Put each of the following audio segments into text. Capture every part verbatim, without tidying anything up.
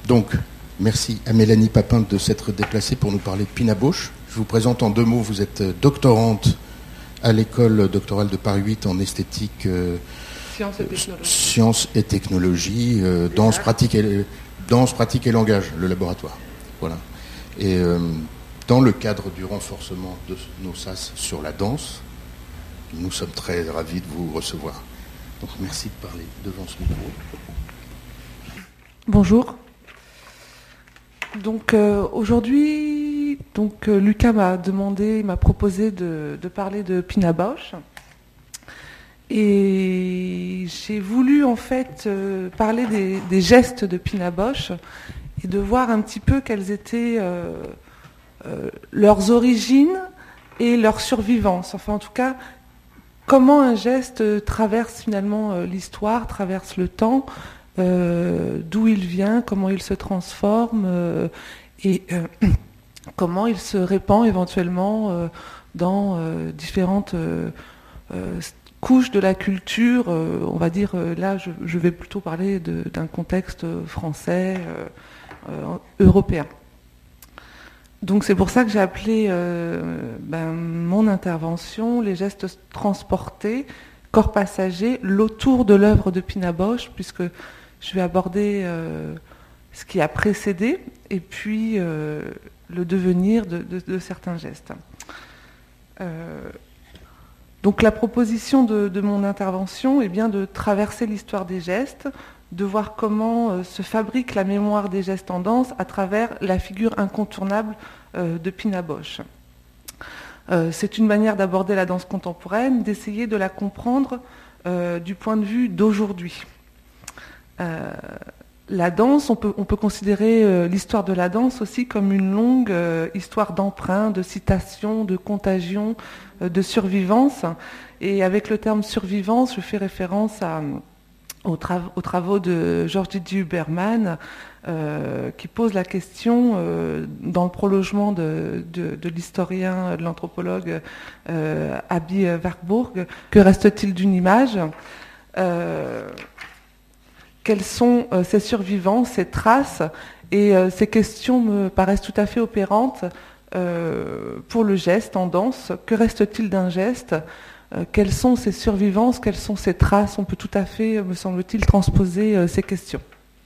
Donc, merci à Mélanie Papin de s'être déplacée pour nous parler de Pina Bausch. Je vous présente en deux mots, vous êtes doctorante à l'école doctorale de Paris huit en esthétique, euh, sciences et technologie, sciences et technologie euh, danse, pratique et, danse, pratique et langage, le laboratoire. Voilà. Et euh, dans le cadre du renforcement de nos sas sur la danse, nous sommes très ravis de vous recevoir. Donc merci de parler devant ce micro. Bonjour. Donc euh, aujourd'hui, donc euh, Lucas m'a demandé, m'a proposé de, de parler de Pina Bausch, et j'ai voulu en fait euh, parler des, des gestes de Pina Bausch et de voir un petit peu quelles étaient euh, euh, leurs origines et leur survivance. Enfin, en tout cas, comment un geste traverse finalement euh, l'histoire, traverse le temps. Euh, d'où il vient, comment il se transforme euh, et euh, comment il se répand éventuellement euh, dans euh, différentes euh, euh, couches de la culture. Euh, on va dire, euh, là je, je vais plutôt parler de, d'un contexte français, euh, euh, européen. Donc c'est pour ça que j'ai appelé euh, ben, mon intervention « Les gestes transportés, corps passager, l'autour de l'œuvre de Pina Bausch », puisque je vais aborder euh, ce qui a précédé et puis euh, le devenir de, de, de certains gestes. Euh, donc la proposition de, de mon intervention est bien de traverser l'histoire des gestes, de voir comment euh, se fabrique la mémoire des gestes en danse à travers la figure incontournable euh, de Pina Bausch. Euh, c'est une manière d'aborder la danse contemporaine, d'essayer de la comprendre euh, du point de vue d'aujourd'hui. Euh, la danse, on peut, on peut considérer euh, l'histoire de la danse aussi comme une longue euh, histoire d'emprunt, de citation, de contagion, euh, de survivance. Et avec le terme survivance, je fais référence à, aux, tra- aux travaux de Georges Didier Huberman, euh, qui pose la question, euh, dans le prolongement de, de, de l'historien, de l'anthropologue euh, Aby Warburg, que reste-t-il d'une image ? euh, Quelles sont euh, ces survivances, ces traces, et euh, ces questions me paraissent tout à fait opérantes euh, pour le geste en danse. Que reste-t-il d'un geste ? euh, Quelles sont ces survivances ? Quelles sont ces traces ? On peut tout à fait, me semble-t-il, transposer euh, ces questions.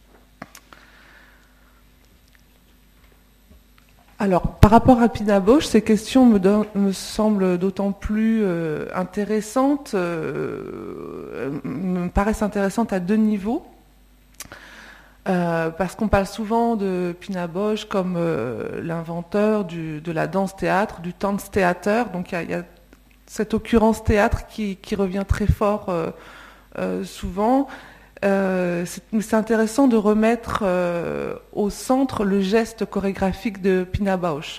Alors, par rapport à Pina Bausch, ces questions me, don- me semblent d'autant plus euh, intéressantes, euh, me paraissent intéressantes à deux niveaux. Euh, parce qu'on parle souvent de Pina Bausch comme euh, l'inventeur du, de la danse-théâtre, du Tanztheater. Donc il y, y a cette occurrence théâtre qui, qui revient très fort euh, euh, souvent. Euh, c'est, c'est intéressant de remettre euh, au centre le geste chorégraphique de Pina Bausch.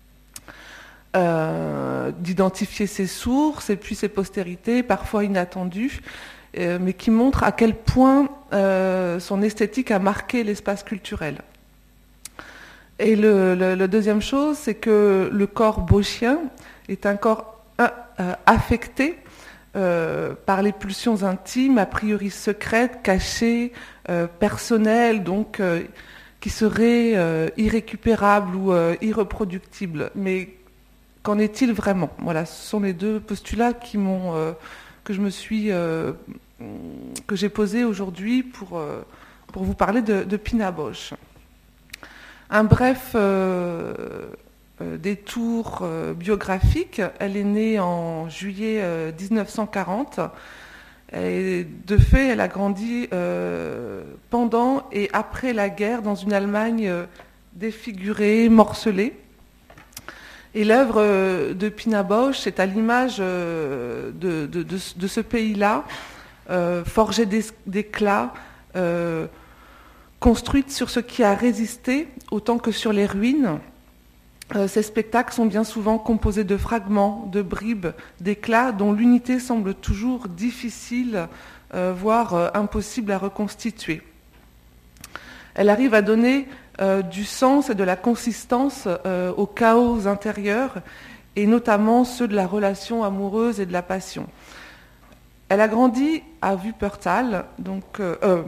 Euh, d'identifier ses sources et puis ses postérités, parfois inattendues, euh, mais qui montre à quel point euh, son esthétique a marqué l'espace culturel. Et le, le, le deuxième chose, c'est que le corps bauschien est un corps euh, euh, affecté euh, par les pulsions intimes, a priori secrètes, cachées, euh, personnelles, donc euh, qui seraient euh, irrécupérables ou euh, irreproductibles. Mais qu'en est-il vraiment ? Voilà, ce sont les deux postulats qui m'ont, euh, que je me suis, euh, que j'ai posés aujourd'hui pour, euh, pour vous parler de, de Pina Bausch. Un bref euh, euh, détour euh, biographique. Elle est née en juillet euh, dix-neuf cent quarante. Et de fait, elle a grandi euh, pendant et après la guerre dans une Allemagne euh, défigurée, morcelée. Et l'œuvre de Pina Bausch est à l'image de, de, de, de ce pays-là, euh, forgée d'éclat, euh, construite sur ce qui a résisté autant que sur les ruines. Euh, ces spectacles sont bien souvent composés de fragments, de bribes, d'éclats dont l'unité semble toujours difficile, euh, voire euh, impossible à reconstituer. Elle arrive à donner euh, du sens et de la consistance euh, aux chaos intérieurs, et notamment ceux de la relation amoureuse et de la passion. Elle a grandi à Wuppertal, donc, euh, euh,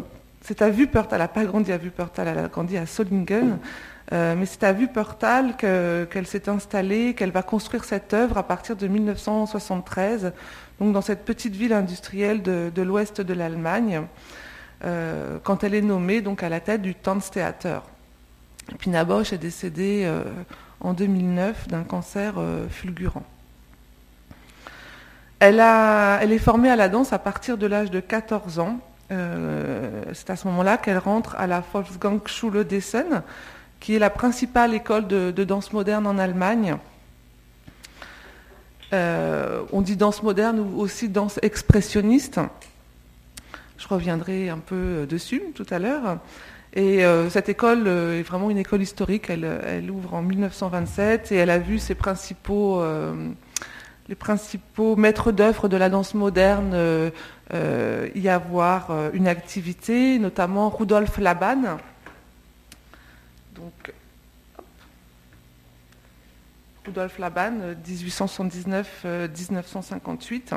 c'est à Wuppertal, elle n'a pas grandi à Wuppertal, elle a grandi à Solingen, euh, mais c'est à Wuppertal que, qu'elle s'est installée, qu'elle va construire cette œuvre à partir de mille neuf cent soixante-treize, donc dans cette petite ville industrielle de, de l'ouest de l'Allemagne, euh, quand elle est nommée donc à la tête du Tanztheater. Pina Bausch est décédée euh, en deux mille neuf d'un cancer euh, fulgurant. Elle, a, elle est formée à la danse à partir de l'âge de quatorze ans. Euh, c'est à ce moment-là qu'elle rentre à la Volksgangsschule d'Essen, qui est la principale école de, de danse moderne en Allemagne. Euh, on dit danse moderne ou aussi danse expressionniste. Je reviendrai un peu dessus tout à l'heure. Et euh, cette école euh, est vraiment une école historique. Elle, elle ouvre en mille neuf cent vingt-sept et elle a vu ses principaux... Euh, les principaux maîtres d'œuvre de la danse moderne euh, euh, y avoir euh, une activité, notamment Rudolf Laban. Donc, hop. Rudolf Laban, dix-huit cent soixante-dix-neuf à dix-neuf cent cinquante-huit,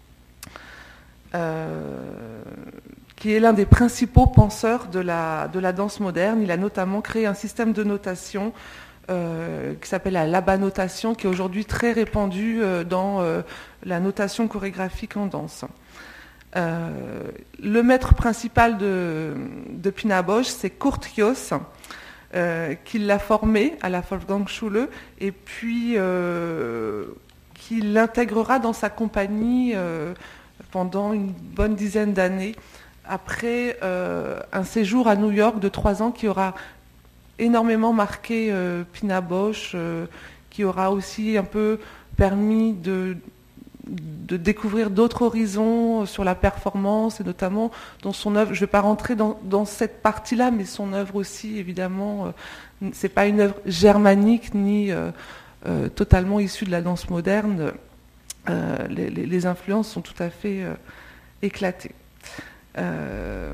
euh, qui est l'un des principaux penseurs de la, de la danse moderne. Il a notamment créé un système de notation Euh, qui s'appelle la Laban-notation, qui est aujourd'hui très répandue euh, dans euh, la notation chorégraphique en danse. Euh, le maître principal de, de Pina Bausch, c'est Kurt Jooss, euh, qui l'a formé à la Volksgangsschule et puis euh, qui l'intégrera dans sa compagnie euh, pendant une bonne dizaine d'années, après euh, un séjour à New York de trois ans qui aura énormément marqué euh, Pina Bausch, euh, qui aura aussi un peu permis de, de découvrir d'autres horizons sur la performance, et notamment dans son œuvre. Je ne vais pas rentrer dans, dans cette partie-là, mais son œuvre aussi, évidemment, euh, c'est pas une œuvre germanique ni euh, euh, totalement issue de la danse moderne. Euh, les, les, les influences sont tout à fait euh, éclatées. Euh,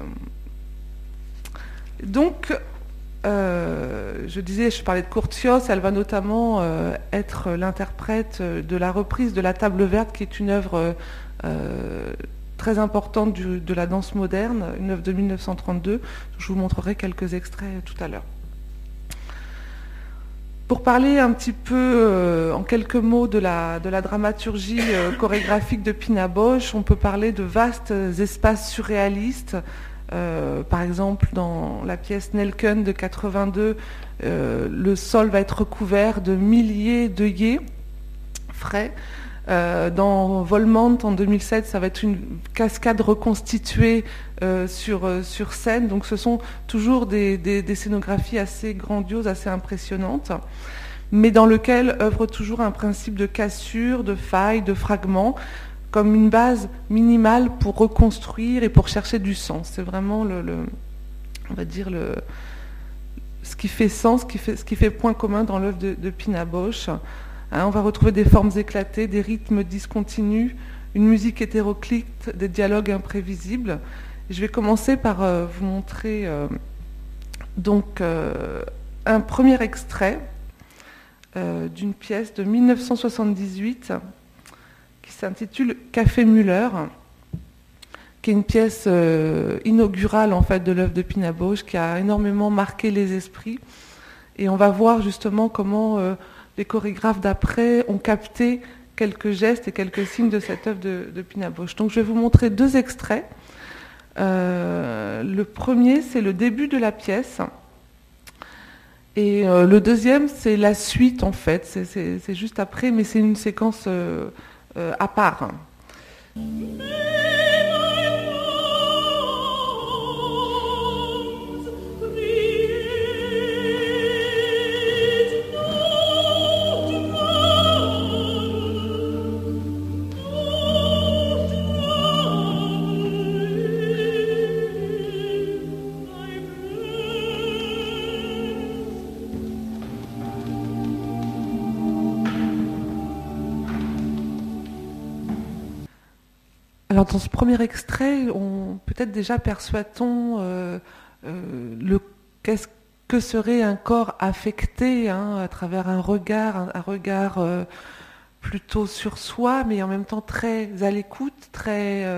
donc, Euh, je disais, je parlais de Kurt Jooss, elle va notamment euh, être l'interprète de la reprise de La Table Verte, qui est une œuvre euh, très importante du, de la danse moderne, une œuvre de mille neuf cent trente-deux. Je vous montrerai quelques extraits tout à l'heure. Pour parler un petit peu, euh, en quelques mots, de la, de la dramaturgie euh, chorégraphique de Pina Bausch, on peut parler de vastes espaces surréalistes. Euh, par exemple, dans la pièce Nelken de quatre-vingt-deux, euh, le sol va être recouvert de milliers d'œillets frais. Euh, dans Volmant, en deux mille sept, ça va être une cascade reconstituée euh, sur, euh, sur scène. Donc ce sont toujours des, des, des scénographies assez grandioses, assez impressionnantes, mais dans lequel œuvre toujours un principe de cassure, de faille, de fragments, comme une base minimale pour reconstruire et pour chercher du sens. C'est vraiment le, le on va dire le, ce qui fait sens, ce qui fait, ce qui fait point commun dans l'œuvre de, de Pina Bausch. Hein, on va retrouver des formes éclatées, des rythmes discontinus, une musique hétéroclite, des dialogues imprévisibles. Et je vais commencer par euh, vous montrer euh, donc euh, un premier extrait euh, d'une pièce de mille neuf cent soixante-dix-huit qui s'intitule Café Müller, qui est une pièce euh, inaugurale en fait de l'œuvre de Pina Bausch, qui a énormément marqué les esprits. Et on va voir justement comment euh, les chorégraphes d'après ont capté quelques gestes et quelques signes de cette œuvre de, de Pina Bausch. Donc je vais vous montrer deux extraits. Euh, le premier, c'est le début de la pièce. Et euh, le deuxième, c'est la suite en fait. C'est, c'est, c'est juste après, mais c'est une séquence euh, euh, à part. Alors dans ce premier extrait, on, peut-être déjà perçoit-on euh, euh, le, qu'est-ce que serait un corps affecté hein, à travers un regard, un, un regard euh, plutôt sur soi, mais en même temps très à l'écoute, très euh,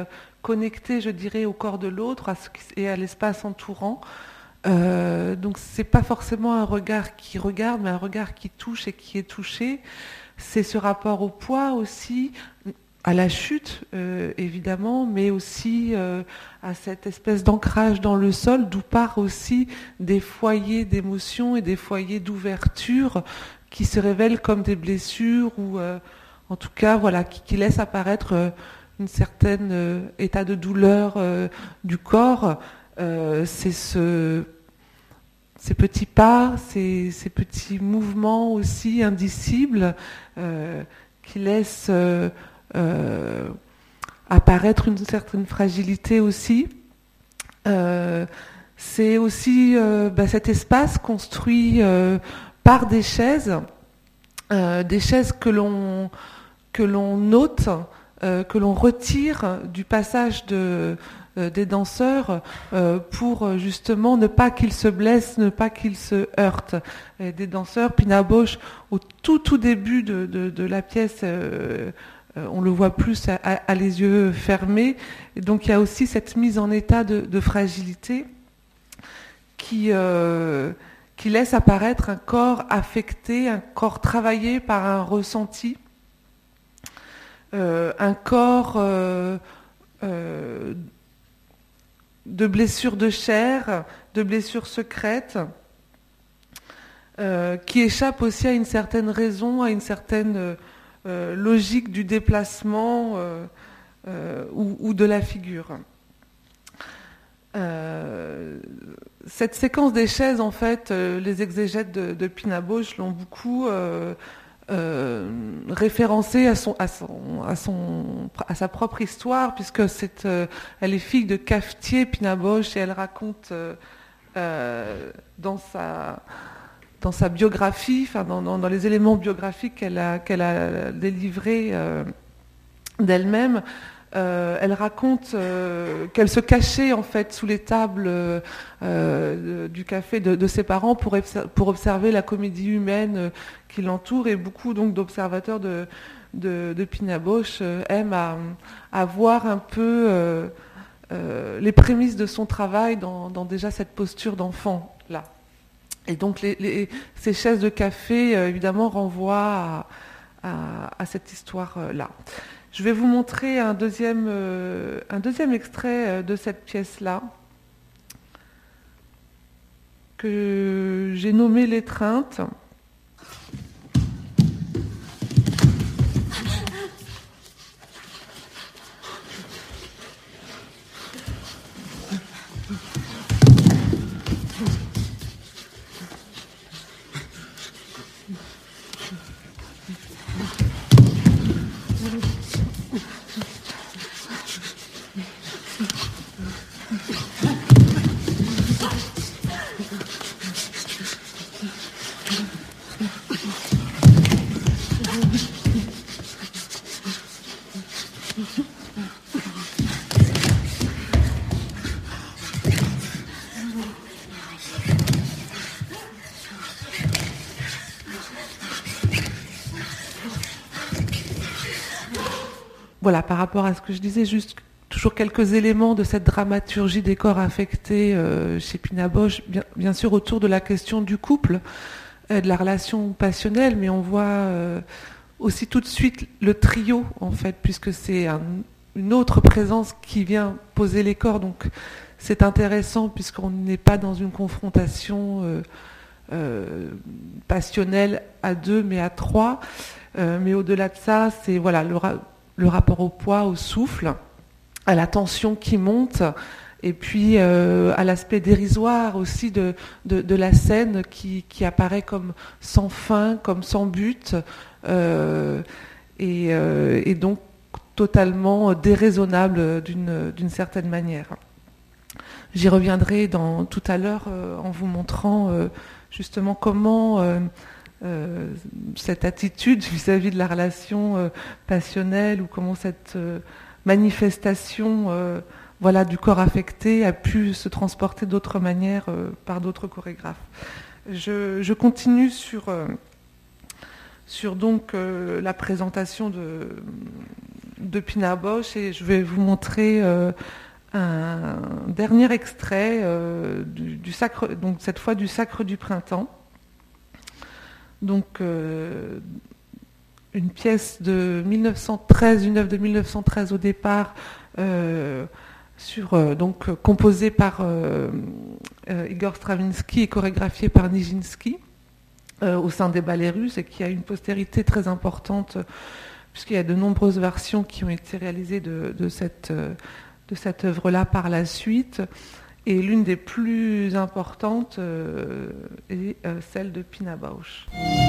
connecté, je dirais, au corps de l'autre à ce qui, et à l'espace entourant. Euh, donc c'est pas forcément un regard qui regarde, mais un regard qui touche et qui est touché. C'est ce rapport au poids aussi, à la chute euh, évidemment, mais aussi euh, à cette espèce d'ancrage dans le sol, d'où part aussi des foyers d'émotions et des foyers d'ouverture qui se révèlent comme des blessures ou euh, en tout cas voilà qui, qui laissent apparaître euh, une certaine euh, état de douleur euh, du corps. Euh, c'est ce ces petits pas, ces, ces petits mouvements aussi indicibles euh, qui laissent euh, euh, apparaître une certaine fragilité aussi. Euh, c'est aussi euh, bah, cet espace construit euh, par des chaises, euh, des chaises que l'on, que l'on ôte, euh, que l'on retire du passage de des danseurs euh, pour justement ne pas qu'ils se blessent, ne pas qu'ils se heurtent. Et des danseurs, Pina Bausch, au tout tout début de, de, de la pièce, euh, on le voit plus à, à les yeux fermés. Et donc il y a aussi cette mise en état de, de fragilité qui, euh, qui laisse apparaître un corps affecté, un corps travaillé par un ressenti, euh, un corps euh, euh, de blessures de chair, de blessures secrètes, euh, qui échappent aussi à une certaine raison, à une certaine euh, logique du déplacement euh, euh, ou, ou de la figure. Euh, cette séquence des chaises, en fait, euh, les exégètes de, de Pina Bausch l'ont beaucoup euh, Euh, référencée à son, à son, à son, à sa propre histoire, puisque c'est, euh, elle est fille de cafetier Pina Bausch et elle raconte euh, euh, dans sa, dans sa biographie, enfin dans, dans, dans les éléments biographiques qu'elle a, qu'elle a délivrés euh, d'elle-même. Euh, elle raconte euh, qu'elle se cachait en fait sous les tables euh, du café de, de ses parents pour, pour observer la comédie humaine euh, qui l'entoure, et beaucoup donc d'observateurs de, de, de Pina Bausch euh, aiment à, à voir un peu euh, euh, les prémices de son travail dans, dans déjà cette posture d'enfant là. Et donc les, les, ces chaises de café euh, évidemment renvoient à, à, à cette histoire euh, là. Je vais vous montrer un deuxième, euh, un deuxième extrait de cette pièce-là, que j'ai nommé L'étreinte. Voilà, par rapport à ce que je disais, juste toujours quelques éléments de cette dramaturgie des corps affectés euh, chez Pina Bausch, bien, bien sûr autour de la question du couple, euh, de la relation passionnelle, mais on voit euh, aussi tout de suite le trio, en fait, puisque c'est un, une autre présence qui vient poser les corps. Donc c'est intéressant, puisqu'on n'est pas dans une confrontation euh, euh, passionnelle à deux, mais à trois. Euh, mais au-delà de ça, c'est voilà le ra- le rapport au poids, au souffle, à la tension qui monte, et puis euh, à l'aspect dérisoire aussi de, de, de la scène qui, qui apparaît comme sans fin, comme sans but, euh, et, euh, et donc totalement déraisonnable d'une, d'une certaine manière. J'y reviendrai dans, tout à l'heure euh, en vous montrant euh, justement comment euh, Euh, cette attitude vis-à-vis de la relation euh, passionnelle, ou comment cette euh, manifestation euh, voilà, du corps affecté a pu se transporter d'autres manières euh, par d'autres chorégraphes. Je, je continue sur, euh, sur donc, euh, la présentation de, de Pina Bausch et je vais vous montrer euh, un dernier extrait euh, du, du sacre, donc cette fois du Sacre du printemps. Donc euh, une pièce de mille neuf cent treize, une œuvre de mille neuf cent treize au départ, euh, sur, euh, donc composée par euh, euh, Igor Stravinsky et chorégraphiée par Nijinsky euh, au sein des ballets russes et qui a une postérité très importante puisqu'il y a de nombreuses versions qui ont été réalisées de, de cette, de cette œuvre-là par la suite. Et l'une des plus importantes euh, est euh, celle de Pina Bausch.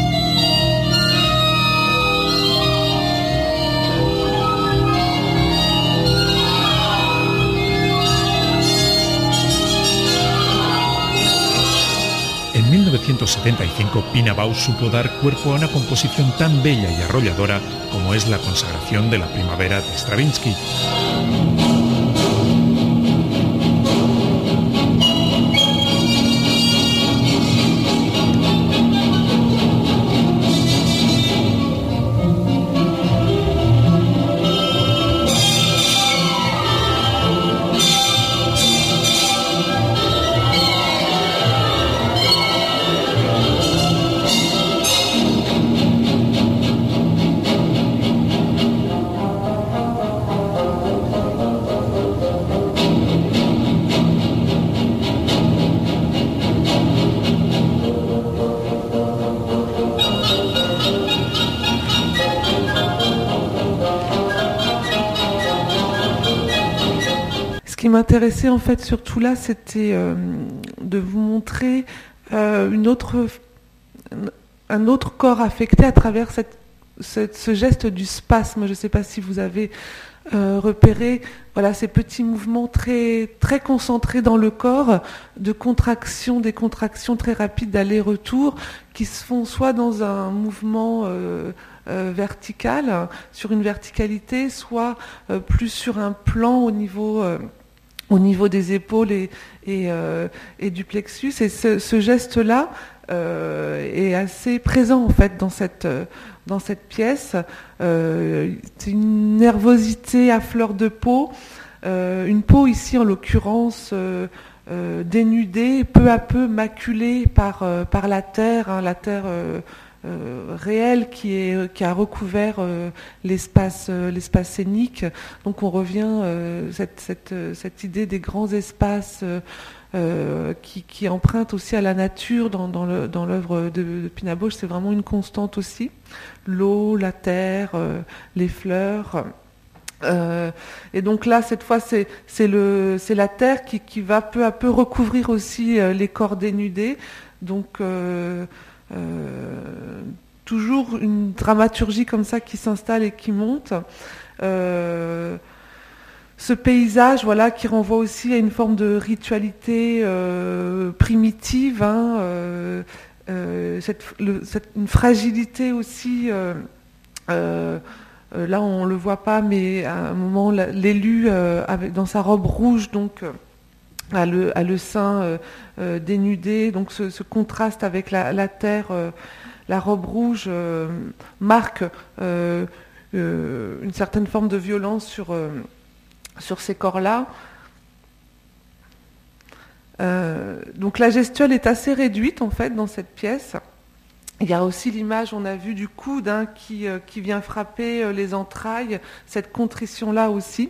En mil novecientos setenta y cinco, Pina Bausch supo dar cuerpo a una composición tan bella y arrolladora como es la consagración de la primavera de Stravinsky. Ce qui m'intéressait en fait surtout là, c'était euh, de vous montrer euh, une autre, un autre corps affecté à travers cette, cette, ce geste du spasme. Je ne sais pas si vous avez euh, repéré, voilà, ces petits mouvements très, très concentrés dans le corps, de contraction, des contractions très rapides d'aller-retour, qui se font soit dans un mouvement euh, euh, vertical, sur une verticalité, soit euh, plus sur un plan au niveau... Euh, au niveau des épaules et, et, euh, et du plexus. Et ce, ce geste-là euh, est assez présent en fait dans cette, dans cette pièce. Euh, c'est une nervosité à fleur de peau, euh, une peau ici en l'occurrence euh, euh, dénudée, peu à peu maculée par, euh, par la terre, hein, la terre euh, Euh, réel qui, est, qui a recouvert euh, l'espace, euh, l'espace scénique. Donc on revient euh, cette, cette, cette idée des grands espaces euh, euh, qui, qui emprunte aussi à la nature dans, dans, le, dans l'œuvre de, de Pina Bausch. C'est vraiment une constante aussi. L'eau, la terre, euh, les fleurs. Euh, et donc là, cette fois, c'est, c'est, le, c'est la terre qui, qui va peu à peu recouvrir aussi euh, les corps dénudés. Donc euh, Euh, toujours une dramaturgie comme ça qui s'installe et qui monte. Euh, ce paysage, voilà, qui renvoie aussi à une forme de ritualité euh, primitive, hein, euh, euh, cette, le, cette, une fragilité aussi. Euh, euh, là, on le voit pas, mais à un moment, l'élu euh, avec dans sa robe rouge, donc. Euh, A le, a le sein euh, euh, dénudé, donc ce, ce contraste avec la, la terre, euh, la robe rouge euh, marque euh, euh, une certaine forme de violence sur, euh, sur ces corps-là. Euh, donc la gestuelle est assez réduite en fait dans cette pièce. Il y a aussi l'image, on a vu du coude hein, qui, euh, qui vient frapper euh, les entrailles, cette contrition-là aussi.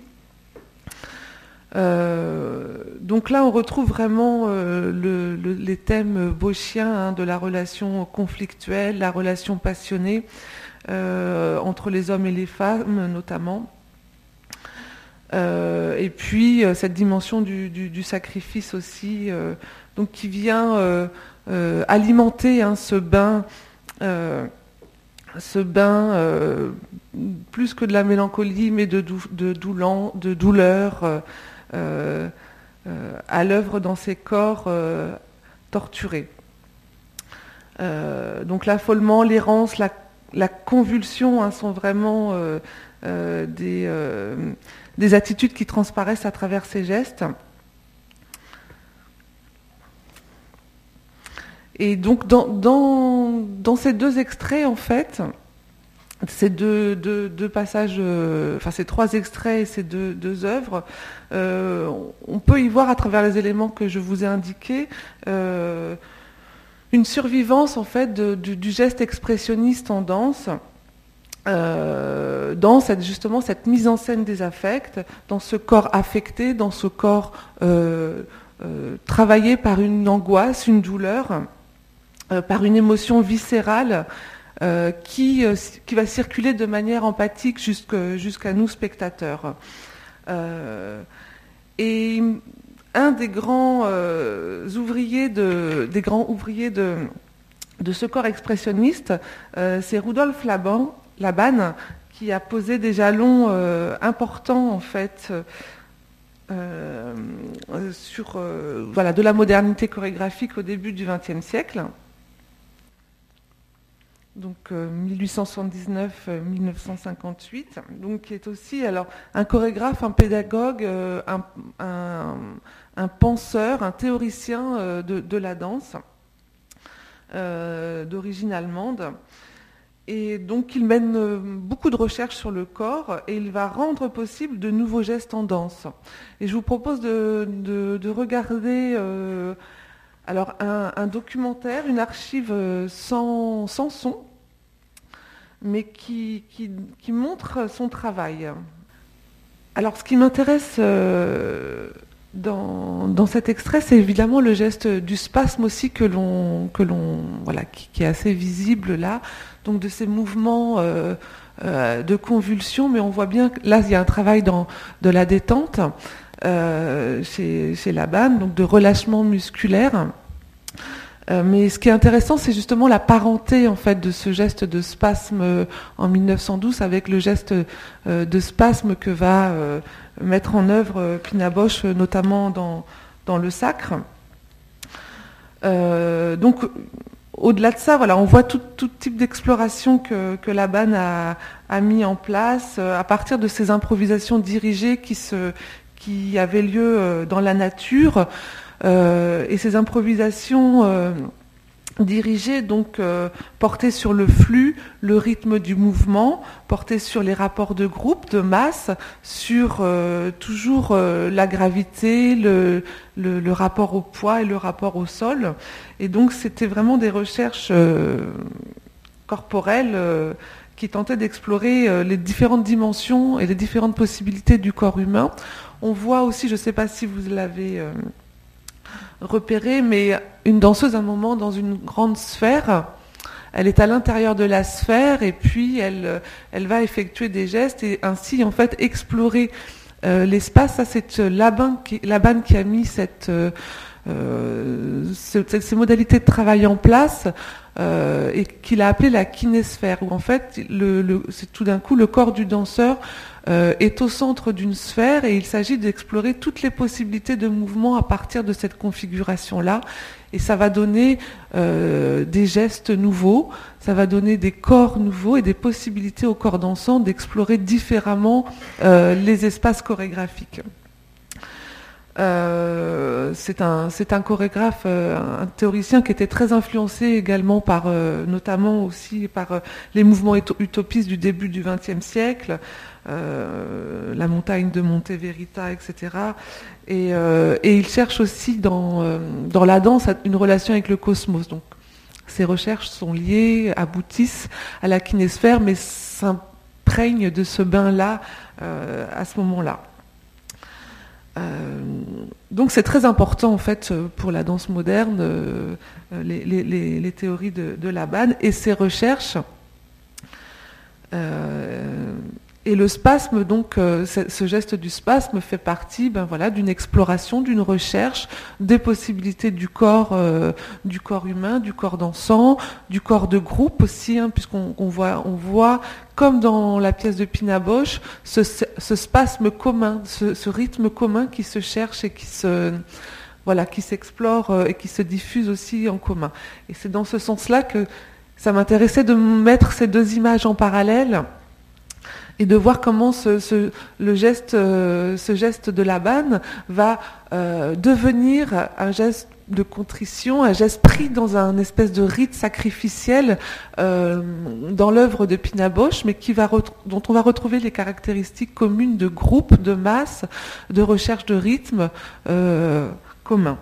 Euh, donc là, on retrouve vraiment euh, le, le, les thèmes bauchiens hein, de la relation conflictuelle, la relation passionnée euh, entre les hommes et les femmes notamment. Euh, et puis euh, cette dimension du, du, du sacrifice aussi, euh, donc qui vient euh, euh, alimenter hein, ce bain, euh, ce bain euh, plus que de la mélancolie, mais de, dou- de, doulan, de douleur. Euh, Euh, euh, à l'œuvre dans ces corps euh, torturés. Euh, donc l'affolement, l'errance, la, la convulsion hein, sont vraiment euh, euh, des, euh, des attitudes qui transparaissent à travers ces gestes. Et donc dans, dans, dans ces deux extraits, en fait, ces deux, deux, deux passages, euh, enfin ces trois extraits et ces deux, deux œuvres, euh, on peut y voir à travers les éléments que je vous ai indiqués euh, une survivance en fait de, du, du geste expressionniste en danse, euh, dans cette, justement cette mise en scène des affects, dans ce corps affecté, dans ce corps euh, euh, travaillé par une angoisse, une douleur, euh, par une émotion viscérale. Euh, qui, euh, qui va circuler de manière empathique jusqu'à, jusqu'à nous spectateurs. Euh, et un des grands euh, ouvriers de, des grands ouvriers de, de ce corps expressionniste, euh, c'est Rudolf Laban, Laban, qui a posé des jalons euh, importants en fait euh, sur euh, voilà, de la modernité chorégraphique au début du vingtième siècle. Donc euh, mille huit cent soixante-dix-neuf à mille neuf cent cinquante-huit, donc qui est aussi alors un chorégraphe, un pédagogue, euh, un, un, un penseur, un théoricien euh, de, de la danse, euh, d'origine allemande. Et donc il mène euh, beaucoup de recherches sur le corps et il va rendre possible de nouveaux gestes en danse. Et je vous propose de, de, de regarder euh, alors un, un documentaire, une archive sans, sans son, mais qui, qui, qui montre son travail. Alors ce qui m'intéresse euh, dans, dans cet extrait, c'est évidemment le geste du spasme aussi que l'on, que l'on, voilà, qui, qui est assez visible là, donc de ces mouvements euh, euh, de convulsion, mais on voit bien que là il y a un travail dans, de la détente. Euh, chez, chez Laban, donc de relâchement musculaire. Euh, mais ce qui est intéressant, c'est justement la parenté en fait de ce geste de spasme euh, en mille neuf cent douze avec le geste euh, de spasme que va euh, mettre en œuvre euh, Pina Bausch, notamment dans, dans le sacre. Euh, donc, au-delà de ça, voilà, on voit tout, tout type d'exploration que, que Laban a, a mis en place euh, à partir de ces improvisations dirigées qui se qui avait lieu dans la nature, euh, et ces improvisations euh, dirigées, donc euh, portées sur le flux, le rythme du mouvement, portées sur les rapports de groupe, de masse, sur euh, toujours euh, la gravité, le, le, le rapport au poids et le rapport au sol. Et donc c'était vraiment des recherches euh, corporelles euh, qui tentaient d'explorer euh, les différentes dimensions et les différentes possibilités du corps humain. On voit aussi, je ne sais pas si vous l'avez euh, repéré, mais une danseuse à un moment dans une grande sphère. Elle est à l'intérieur de la sphère et puis elle, elle va effectuer des gestes et ainsi en fait explorer euh, l'espace. Ça, c'est Laban qui, Laban qui a mis cette, euh, ce, ces modalités de travail en place euh, et qu'il a appelé la kinésphère, où en fait le, le, c'est tout d'un coup le corps du danseur Euh, est au centre d'une sphère et il s'agit d'explorer toutes les possibilités de mouvement à partir de cette configuration-là. Et ça va donner euh, des gestes nouveaux, ça va donner des corps nouveaux et des possibilités au corps dansant d'explorer différemment euh, les espaces chorégraphiques. Euh, c'est un, c'est un chorégraphe, euh, un théoricien qui était très influencé également par, euh, notamment aussi par euh, les mouvements utopistes du début du vingtième siècle, euh, la montagne de Monte Verita, et cetera. Et, euh, et il cherche aussi dans, euh, dans la danse une relation avec le cosmos. Donc, ces recherches sont liées, aboutissent à la kinésphère, mais s'imprègnent de ce bain-là euh, à ce moment-là. Euh, donc c'est très important en fait pour la danse moderne, euh, les, les, les théories de, de Laban et ses recherches. Euh, et le spasme, donc euh, ce geste du spasme fait partie ben, voilà, d'une exploration, d'une recherche des possibilités du corps, euh, du corps humain, du corps dansant, du corps de groupe aussi, hein, puisqu'on on voit, on voit comme dans la pièce de Pina Bausch, ce, ce spasme commun, ce, ce rythme commun qui se cherche et qui se, voilà, qui s'explore et qui se diffuse aussi en commun. Et c'est dans ce sens-là que ça m'intéressait de mettre ces deux images en parallèle et de voir comment ce, ce, le geste, euh, ce geste de Laban va euh, devenir un geste de contrition, un geste pris dans un espèce de rite sacrificiel euh, dans l'œuvre de Pina Bausch, mais qui va ret- dont on va retrouver les caractéristiques communes de groupe, de masse, de recherche de rythme euh, commun.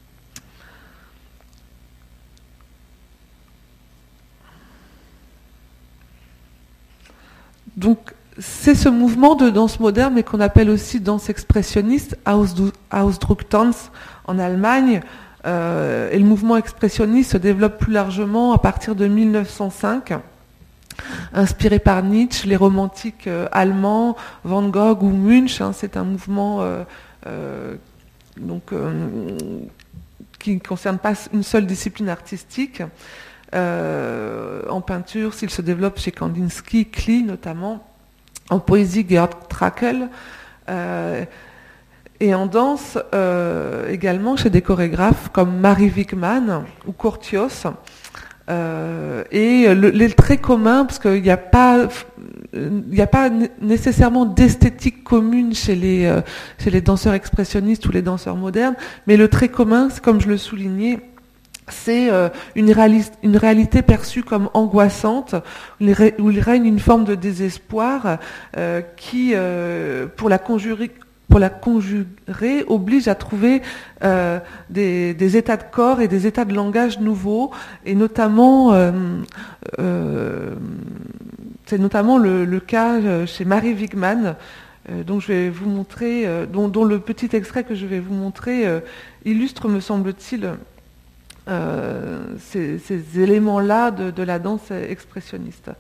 Donc, c'est ce mouvement de danse moderne, mais qu'on appelle aussi danse expressionniste, Ausdrucktanz en Allemagne. Euh, et le mouvement expressionniste se développe plus largement à partir de mille neuf cent cinq, inspiré par Nietzsche, les romantiques euh, allemands, Van Gogh ou Munch. Hein, c'est un mouvement euh, euh, donc, euh, qui ne concerne pas une seule discipline artistique. Euh, en peinture, s'il se développe chez Kandinsky, Klee notamment, en poésie, Gerd Trakl, euh, et en danse euh, également chez des chorégraphes comme Marie Wigman ou Curtius. Euh, et le, les traits communs, parce qu'il n'y a pas, il n'y a pas nécessairement d'esthétique commune chez les, euh, chez les danseurs expressionnistes ou les danseurs modernes, mais le trait commun, c'est comme je le soulignais, c'est euh, une, réali- une réalité perçue comme angoissante, où il, ré- où il règne une forme de désespoir euh, qui, euh, pour la conjurer, pour la conjurer, oblige à trouver euh, des, des états de corps et des états de langage nouveaux, et notamment, euh, euh, c'est notamment le, le cas chez Marie Wigman, euh, dont je vais vous montrer, euh, dont, dont le petit extrait que je vais vous montrer euh, illustre, me semble-t-il, Euh, ces, ces éléments-là de, de la danse expressionniste.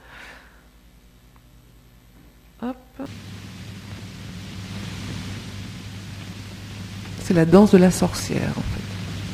Hop. C'est la danse de la sorcière, en fait.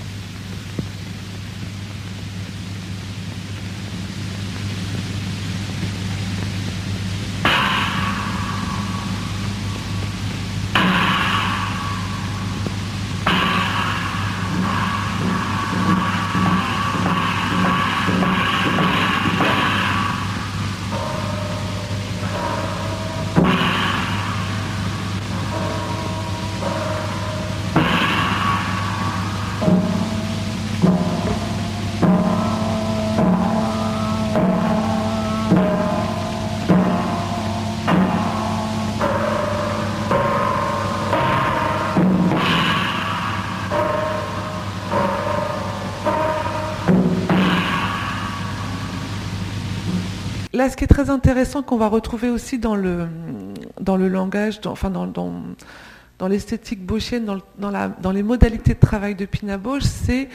Là, ce qui est très intéressant, qu'on va retrouver aussi dans le, dans le langage, dans, enfin dans, dans, dans l'esthétique bauchienne, dans, dans, la, dans les modalités de travail de Pina Bausch, c'est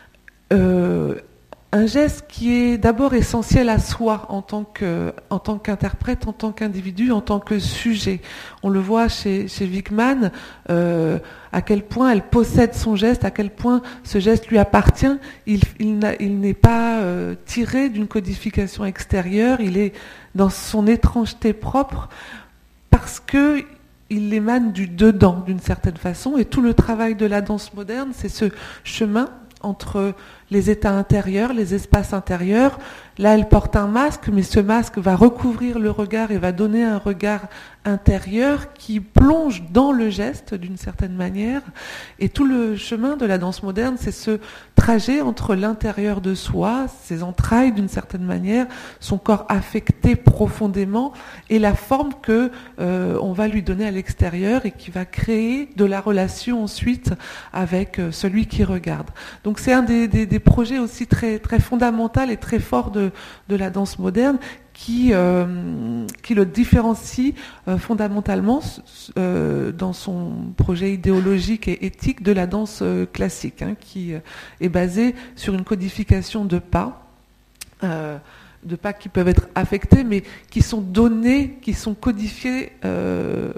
euh, un geste qui est d'abord essentiel à soi en tant que, en tant qu'interprète, en tant qu'individu, en tant que sujet. On le voit chez, chez Wigman, euh, à quel point elle possède son geste, à quel point ce geste lui appartient. Il, il, n'a, il n'est pas euh, tiré d'une codification extérieure, il est dans son étrangeté propre parce que il émane du dedans d'une certaine façon. Et tout le travail de la danse moderne, c'est ce chemin entre les états intérieurs, les espaces intérieurs. Là, elle porte un masque, mais ce masque va recouvrir le regard et va donner un regard intérieur qui plonge dans le geste d'une certaine manière. Et tout le chemin de la danse moderne, c'est ce trajet entre l'intérieur de soi, ses entrailles d'une certaine manière, son corps affecté profondément, et la forme que euh, on va lui donner à l'extérieur et qui va créer de la relation ensuite avec euh, celui qui regarde. Donc c'est un des, des, des projets aussi très, très fondamental et très fort de, de la danse moderne, qui, euh, qui le différencie euh, fondamentalement euh, dans son projet idéologique et éthique de la danse euh, classique, hein, qui euh, est basé sur une codification de pas, euh, de pas qui peuvent être affectés, mais qui sont donnés, qui sont codifiés euh,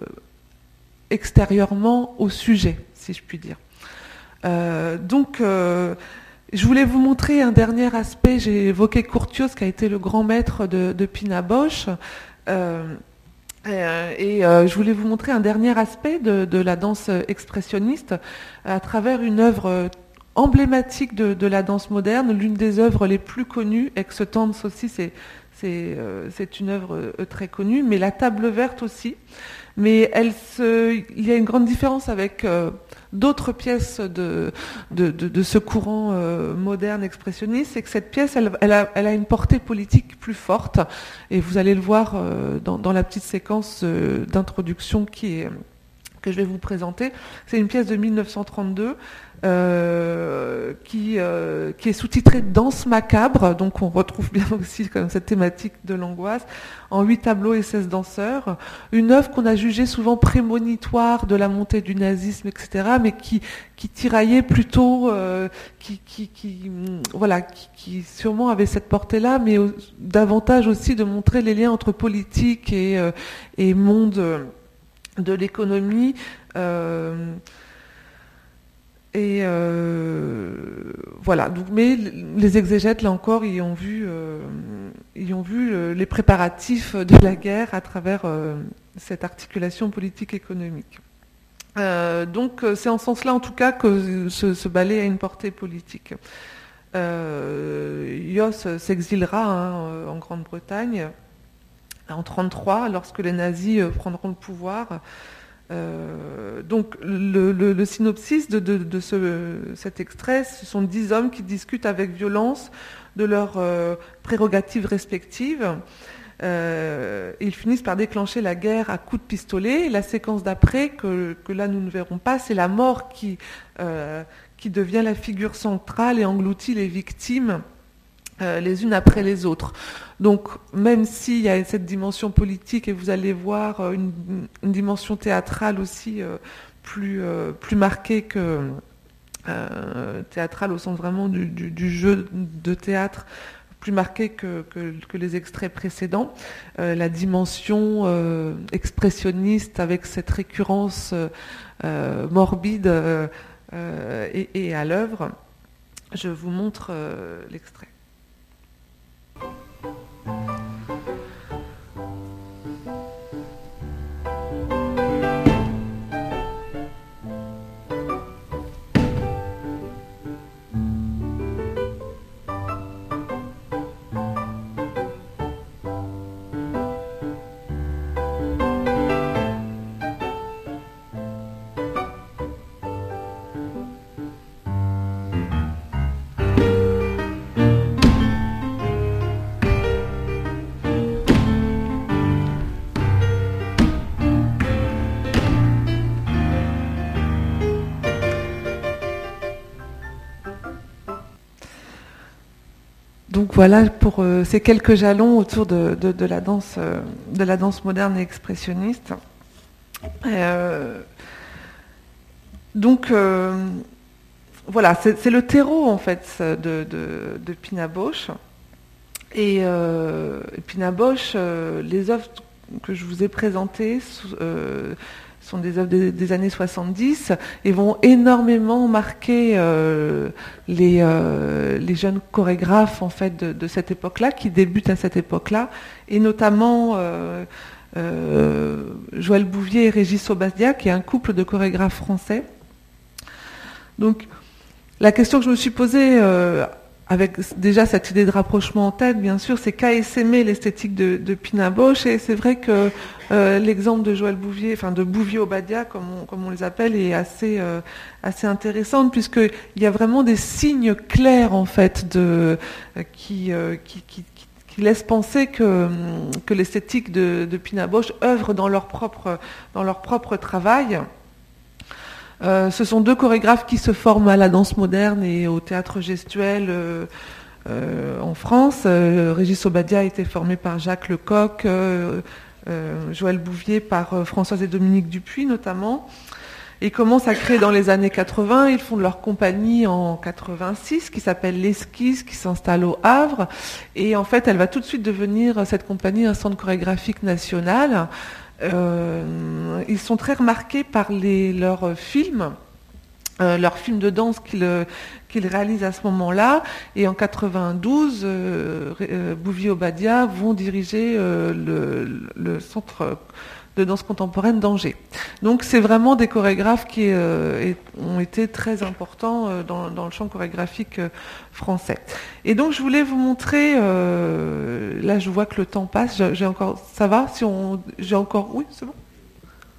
extérieurement au sujet, si je puis dire. Euh, donc, euh, je voulais vous montrer un dernier aspect. J'ai évoqué Curtius, qui a été le grand maître de, de Pina Bausch. Euh, et et euh, je voulais vous montrer un dernier aspect de, de la danse expressionniste à travers une œuvre emblématique de, de la danse moderne, l'une des œuvres les plus connues. Extanz aussi, c'est, c'est, euh, c'est une œuvre euh, très connue, mais la Table verte aussi. mais elle se, il y a une grande différence avec euh, d'autres pièces de, de, de, de ce courant euh, moderne expressionniste, c'est que cette pièce, elle, elle, a, elle a une portée politique plus forte, et vous allez le voir euh, dans, dans la petite séquence euh, d'introduction qui est, que je vais vous présenter. C'est une pièce de mille neuf cent trente-deux euh, qui, euh, qui est sous-titrée Danse macabre, donc on retrouve bien aussi comme cette thématique de l'angoisse, en huit tableaux et seize danseurs. Une œuvre qu'on a jugée souvent prémonitoire de la montée du nazisme, et cetera, mais qui, qui tiraillait plutôt, euh, qui, qui, qui, voilà, qui, qui sûrement avait cette portée-là, mais au, davantage aussi de montrer les liens entre politique et, euh, et monde euh, de l'économie. Euh, et euh, voilà. Donc, mais les exégètes, là encore, y ont vu, euh, y ont vu euh, les préparatifs de la guerre à travers euh, cette articulation politique-économique. Euh, donc, c'est en ce sens-là, en tout cas, que ce, ce ballet a une portée politique. Euh, Jos s'exilera hein, en Grande-Bretagne en trente-trois, lorsque les nazis prendront le pouvoir. Euh, donc le, le, le synopsis de, de, de ce, cet extrait, ce sont dix hommes qui discutent avec violence de leurs euh, prérogatives respectives. Euh, ils finissent par déclencher la guerre à coups de pistolet. Et la séquence d'après, que, que là nous ne verrons pas, c'est la mort qui, euh, qui devient la figure centrale et engloutit les victimes euh, les unes après les autres. Donc, même s'il y a cette dimension politique, et vous allez voir une, une dimension théâtrale aussi euh, plus, euh, plus marquée que euh, théâtrale au sens vraiment du, du, du jeu de théâtre, plus marquée que, que, que les extraits précédents, euh, la dimension euh, expressionniste avec cette récurrence euh, morbide euh, euh, et, et à l'œuvre. Je vous montre euh, l'extrait. Donc voilà pour euh, ces quelques jalons autour de, de, de, la danse, euh, de la danse moderne et expressionniste. Euh, donc euh, voilà, c'est, c'est le terreau en fait de, de, de Pina Bausch. Et euh, Pina Bausch, euh, les œuvres que je vous ai présentées euh, sont des œuvres des, des années soixante-dix et vont énormément marquer euh, les, euh, les jeunes chorégraphes en fait de, de cette époque-là, qui débutent à cette époque-là, et notamment euh, euh, Joël Bouvier et Régis Aubadia, qui est un couple de chorégraphes français. Donc la question que je me suis posée euh, avec déjà cette idée de rapprochement en tête, bien sûr, c'est qu'a essaimé l'esthétique de, de Pina Bausch. Et c'est vrai que euh, l'exemple de Joël Bouvier, enfin de Bouvier-Aubadia, comme on, comme on les appelle, est assez, euh, assez intéressante, puisqu'il y a vraiment des signes clairs, en fait, de, euh, qui, euh, qui, qui, qui, qui laissent penser que, que l'esthétique de, de Pina Bausch œuvre dans leur propre, dans leur propre travail. Euh, ce sont deux chorégraphes qui se forment à la danse moderne et au théâtre gestuel euh, euh, en France. Euh, Régis Aubadia a été formé par Jacques Lecoq, euh, euh, Joël Bouvier par euh, Françoise et Dominique Dupuis notamment. Ils commencent à créer dans les années quatre-vingts. Ils fondent leur compagnie en quatre-vingt-six qui s'appelle l'Esquisse, qui s'installe au Havre. Et en fait, elle va tout de suite devenir, cette compagnie, un centre chorégraphique national. Euh, ils sont très remarqués par les, leurs films, euh, leurs films de danse qu'ils, qu'ils réalisent à ce moment-là. Et en quatre-vingt-douze, euh, euh, Bouvier-Aubadia vont diriger euh, le, le centre de danse contemporaine d'Angers. Donc c'est vraiment des chorégraphes qui euh, ont été très importants euh, dans, dans le champ chorégraphique euh, français. Et donc je voulais vous montrer, euh, là je vois que le temps passe, j'ai, j'ai encore, ça va si on, j'ai encore, oui c'est bon.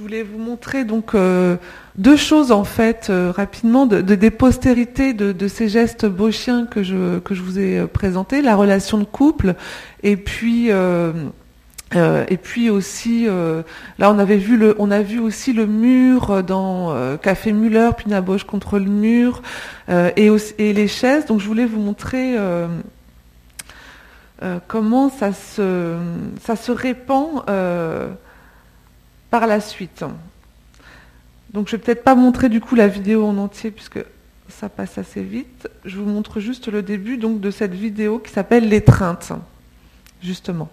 voulais vous montrer donc euh, deux choses en fait euh, rapidement de, de des postérités de, de ces gestes bochiens que je que je vous ai présentés, la relation de couple et puis euh, euh, et puis aussi euh, là on avait vu le on a vu aussi le mur dans euh, Café Müller, Pina Bausch contre le mur euh, et aussi, et les chaises. Donc je voulais vous montrer euh, euh, comment ça se ça se répand euh, par la suite. Donc je vais peut-être pas montrer du coup la vidéo en entier puisque ça passe assez vite. Je vous montre juste le début donc de cette vidéo qui s'appelle L'étreinte, justement.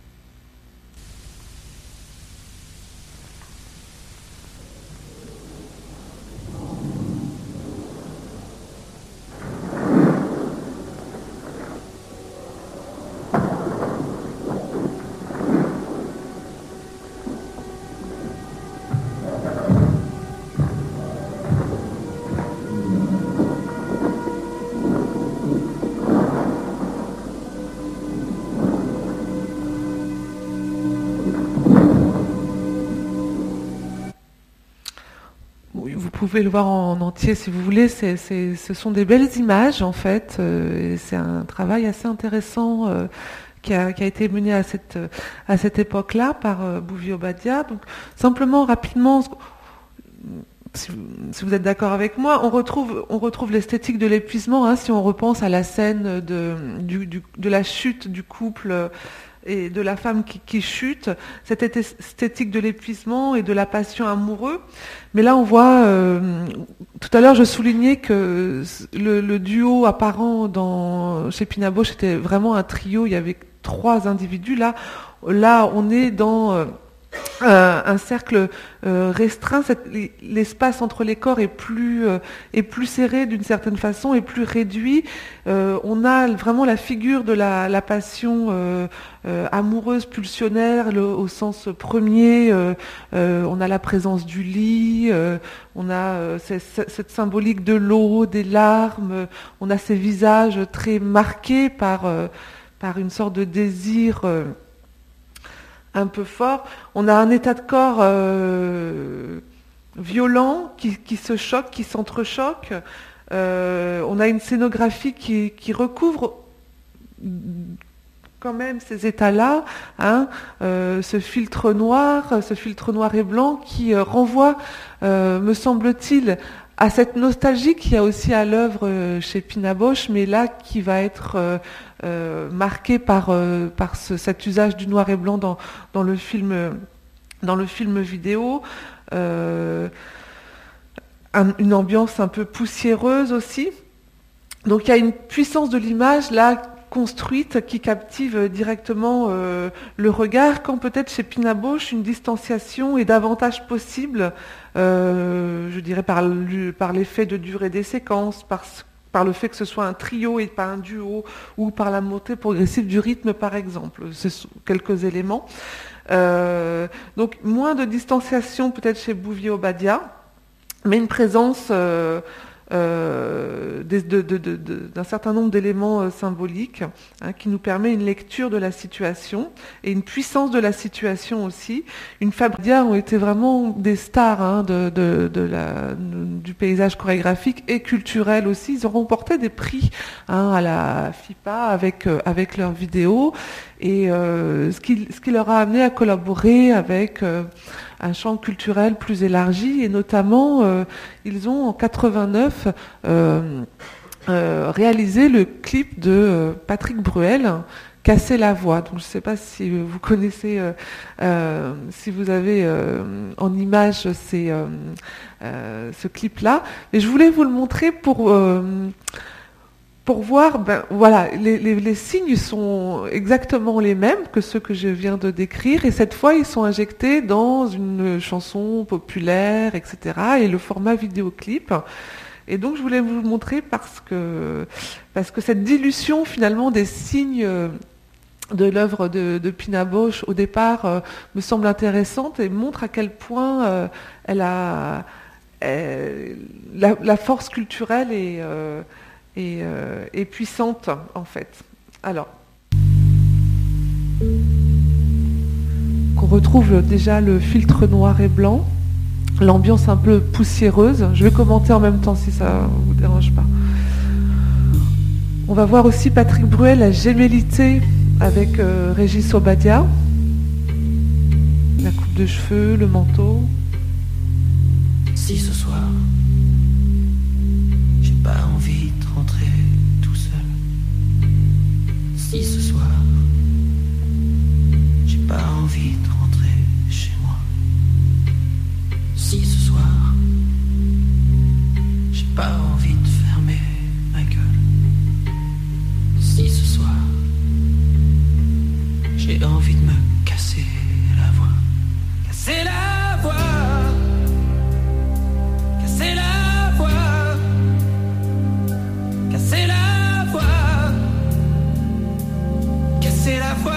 Vous pouvez le voir en entier si vous voulez, c'est, c'est, ce sont des belles images en fait, euh, et c'est un travail assez intéressant euh, qui, a, qui a été mené à cette, à cette époque-là par euh, Bouvier-Obadia. Donc simplement, rapidement, si vous, si vous êtes d'accord avec moi, on retrouve, on retrouve l'esthétique de l'épuisement, hein, si on repense à la scène de, du, du, de la chute du couple et de la femme qui, qui chute, cette esthétique de l'épuisement et de la passion amoureuse. Mais là, on voit, euh, tout à l'heure, je soulignais que le, le duo apparent dans, chez Pina Bausch était vraiment un trio, il y avait trois individus. Là, là on est dans euh, un cercle euh, restreint, cette, l'espace entre les corps est plus, euh, est plus serré d'une certaine façon, est plus réduit. Euh, on a vraiment la figure de la, la passion euh, euh, amoureuse, pulsionnaire, le, au sens premier. Euh, euh, on a la présence du lit, euh, on a euh, cette, cette symbolique de l'eau, des larmes, on a ces visages très marqués par, euh, par une sorte de désir euh, un peu fort. On a un état de corps euh, violent qui, qui se choque, qui s'entrechoque. Euh, on a une scénographie qui, qui recouvre quand même ces états-là, hein, euh, ce filtre noir, ce filtre noir et blanc qui euh, renvoie, euh, me semble-t-il, à cette nostalgie qu'il y a aussi à l'œuvre euh, chez Pina Bausch, mais là qui va être euh, euh, marqué par, euh, par ce, cet usage du noir et blanc dans, dans, le, film, dans le film vidéo. Euh, un, une ambiance un peu poussiéreuse aussi. Donc il y a une puissance de l'image là construite qui captive directement euh, le regard, quand peut-être chez Pina Bausch une distanciation est davantage possible, euh, je dirais par, par l'effet de durée des séquences, par, par le fait que ce soit un trio et pas un duo, ou par la montée progressive du rythme par exemple. Ce sont quelques éléments. Euh, donc moins de distanciation peut-être chez Bouvier-Obadia, mais une présence euh, euh, de, de, de, de, d'un certain nombre d'éléments euh, symboliques, hein, qui nous permet une lecture de la situation et une puissance de la situation aussi. Une Fabridia ont été vraiment des stars, hein, de, de, de la, du paysage chorégraphique et culturel aussi. Ils ont remporté des prix, hein, à la FIPA avec, euh, avec leurs vidéos. Et euh, ce, qui, ce qui leur a amené à collaborer avec euh, un champ culturel plus élargi, et notamment euh, ils ont en quatre-vingt-neuf euh, euh, réalisé le clip de euh, Patrick Bruel, Casser la voix. Donc je ne sais pas si vous connaissez, euh, euh, si vous avez euh, en image ces, euh, euh, ce clip-là, mais je voulais vous le montrer pour euh, Pour voir, ben voilà, les, les, les signes sont exactement les mêmes que ceux que je viens de décrire, et cette fois ils sont injectés dans une chanson populaire, et cetera. Et le format vidéoclip. Et donc je voulais vous le montrer parce que parce que cette dilution finalement des signes de l'œuvre de, de Pina Bausch au départ euh, me semble intéressante et montre à quel point euh, elle a elle, la, la force culturelle est euh, Et, euh, et puissante en fait. Alors, qu'on retrouve déjà le filtre noir et blanc. l'ambiance un peu poussiéreuse. Je vais commenter en même temps si ça ne vous dérange pas. On va voir aussi Patrick Bruel, La Gémellité, avec euh, Régis Obadia. La coupe de cheveux, le manteau. Si ce soir, j'ai pas envie de rentrer tout seul. Si ce soir, j'ai pas envie de rentrer chez moi. Si ce soir, j'ai pas envie de fermer ma gueule. Si ce soir, j'ai envie de me casser la voix. Casser la voix. Casser la voix. Casser la voix. Casser la voix.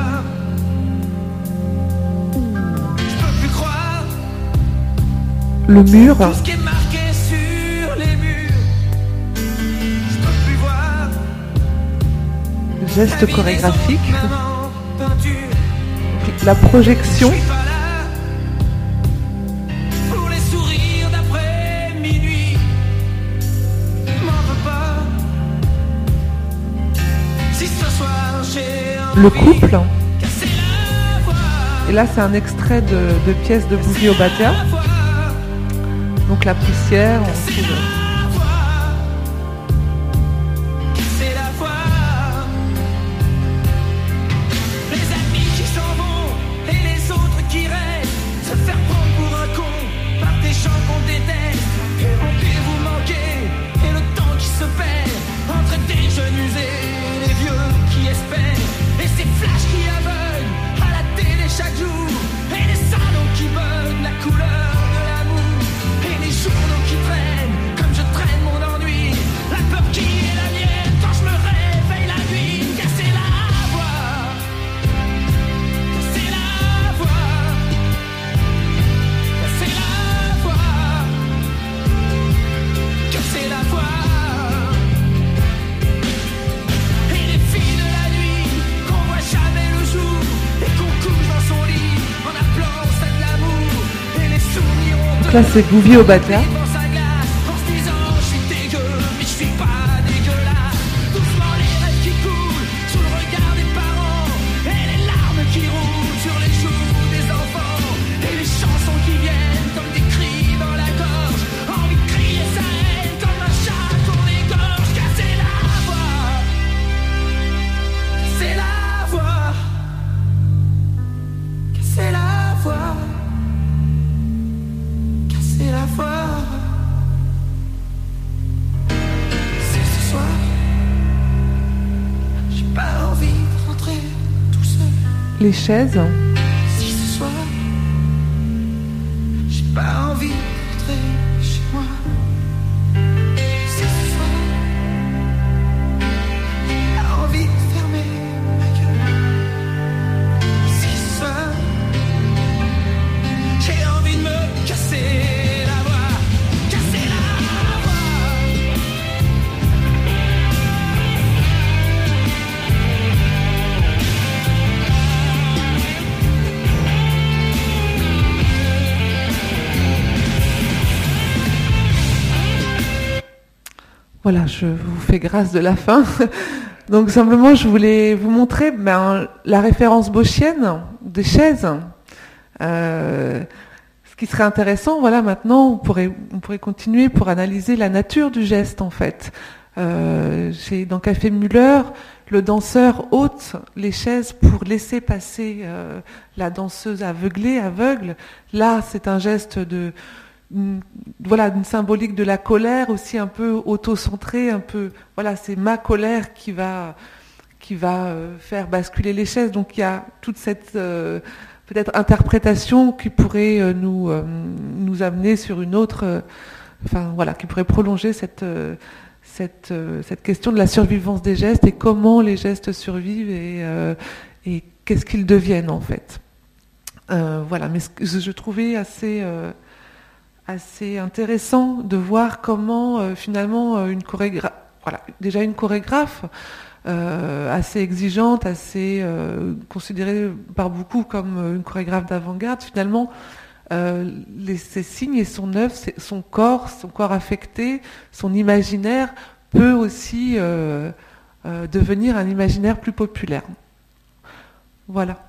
Je peux plus croire. Le mur. Tout ce qui est marqué sur les murs. Je peux plus voir. Geste chorégraphique. Maman, peinture. La projection. Je suis pas là pour les sourires d'après minuit. M'en veux pas. Si ce soir j'ai envie Le couple. de casser la voix. Et là, c'est un extrait de, de pièces de Bougie Obadia. La voix. Donc la poussière, on Casser trouve la voix. Casser la voix. Les amis qui s'en vont et les autres qui restent. Se faire prendre pour un con par des gens qu'on déteste. Et rendez-vous manqués et le temps qui se perd entre des jeunes usés et les vieux qui espèrent. Et ces flashs qui aveuglent à la télé chaque jour. Et les salons qui veulent la couleur de l'amour. Et les journaux qui traînent comme je traîne mon ennui. La peur qui est la mienne quand je me réveille la nuit. Casser la voix. Casser la voix. Casser la voix. Casser la voix. Et les filles de la nuit qu'on voit jamais le jour. Et qu'on couche dans son lit en appelant ça de l'amour. Et les souvenirs ont Donc là, c'est Bougie Obadia. devant sa glace, en se disant je suis dégueu, mais je suis pas dégueulasse. Doucement les rêves qui coulent sous le regard des parents. Et les larmes qui roulent sur les joues des enfants. Et les chansons qui viennent comme des cris dans la gorge. Envie de crier sa haine comme un chat qu'on égorge. Casser la voix. Casser la voix. Casser la voix. Casser la voix. Si ce soir, j'ai pas envie de rentrer tout seul. Les chaises. Si ce soir, j'ai pas envie de rentrer chez moi. Si ce soir, j'ai pas envie de fermer ma gueule. Si ce soir, j'ai envie de me casser la voix. Casser la voix. Voilà, je vous fais grâce de la fin. Donc simplement, je voulais vous montrer ben, la référence bochienne des chaises. Euh, ce qui serait intéressant, voilà, maintenant, on pourrait, on pourrait continuer pour analyser la nature du geste, en fait. Euh, chez, dans Café Müller, le danseur ôte les chaises pour laisser passer euh, la danseuse aveuglée, aveugle. Là, c'est un geste de... Une, voilà, une symbolique de la colère aussi un peu auto-centrée, un peu, voilà, c'est ma colère qui va, qui va euh, faire basculer les chaises. Donc il y a toute cette euh, peut-être interprétation qui pourrait euh, nous euh, nous amener sur une autre, euh, enfin voilà, qui pourrait prolonger cette euh, cette euh, cette question de la survivance des gestes et comment les gestes survivent et euh, et qu'est-ce qu'ils deviennent en fait. Euh, voilà, mais ce que je trouvais assez euh, assez intéressant de voir comment euh, finalement euh, une chorégraphe, voilà, déjà une chorégraphe euh, assez exigeante, assez euh, considérée par beaucoup comme une chorégraphe d'avant-garde, finalement euh, les, ses signes et son œuvre, son corps, son corps affecté, son imaginaire peut aussi euh, euh, devenir un imaginaire plus populaire. Voilà.